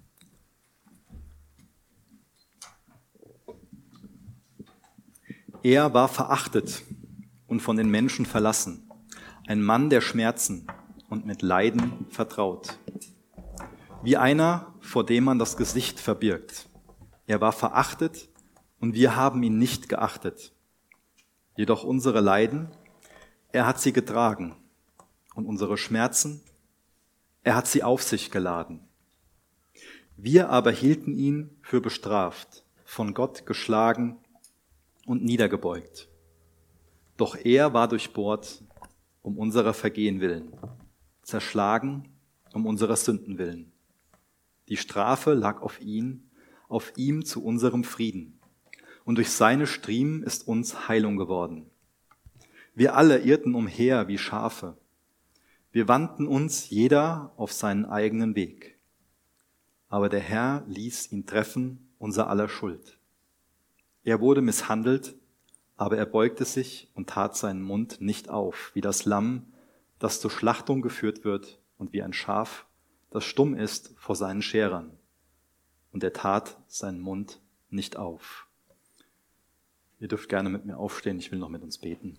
Er war verachtet und von den Menschen verlassen, ein Mann der Schmerzen und mit Leiden vertraut. Wie einer, vor dem man das Gesicht verbirgt. Er war verachtet und wir haben ihn nicht geachtet. Jedoch unsere Leiden, er hat sie getragen und unsere Schmerzen, er hat sie auf sich geladen. Wir aber hielten ihn für bestraft, von Gott geschlagen und niedergebeugt. Doch er war durchbohrt um unserer Vergehen willen, zerschlagen um unserer Sünden willen. Die Strafe lag auf ihm zu unserem Frieden. Und durch seine Striemen ist uns Heilung geworden. Wir alle irrten umher wie Schafe. Wir wandten uns jeder auf seinen eigenen Weg. Aber der Herr ließ ihn treffen, unser aller Schuld. Er wurde misshandelt, aber er beugte sich und tat seinen Mund nicht auf, wie das Lamm, das zur Schlachtung geführt wird, und wie ein Schaf, das stumm ist vor seinen Scherern. Und er tat seinen Mund nicht auf. Ihr dürft gerne mit mir aufstehen, ich will noch mit uns beten.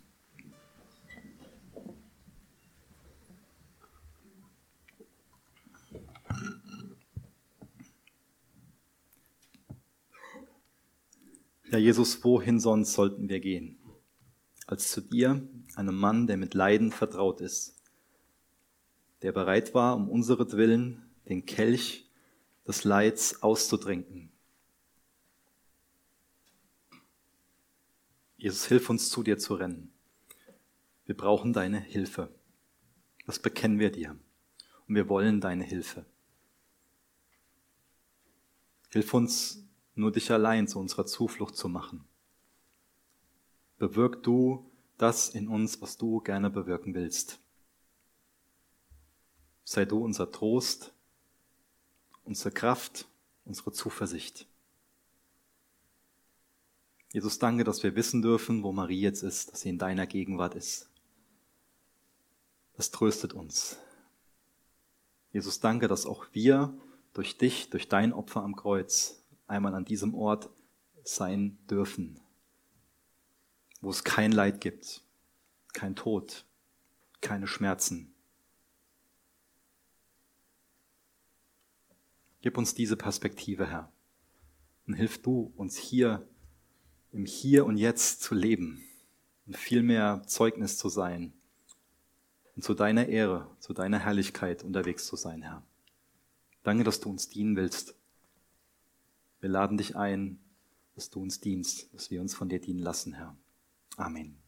Ja, Jesus, wohin sonst sollten wir gehen, als zu dir, einem Mann, der mit Leiden vertraut ist, der bereit war, um unseretwillen den Kelch des Leids auszutrinken. Jesus, hilf uns, zu dir zu rennen. Wir brauchen deine Hilfe. Das bekennen wir dir. Und wir wollen deine Hilfe. Hilf uns, nur dich allein zu unserer Zuflucht zu machen. Bewirk du das in uns, was du gerne bewirken willst. Sei du unser Trost, unsere Kraft, unsere Zuversicht. Jesus, danke, dass wir wissen dürfen, wo Marie jetzt ist, dass sie in deiner Gegenwart ist. Das tröstet uns. Jesus, danke, dass auch wir durch dich, durch dein Opfer am Kreuz einmal an diesem Ort sein dürfen, wo es kein Leid gibt, kein Tod, keine Schmerzen. Gib uns diese Perspektive, Herr, und hilf du uns hier, im Hier und Jetzt zu leben und viel mehr Zeugnis zu sein und zu deiner Ehre, zu deiner Herrlichkeit unterwegs zu sein, Herr. Danke, dass du uns dienen willst. Wir laden dich ein, dass du uns dienst, dass wir uns von dir dienen lassen, Herr. Amen.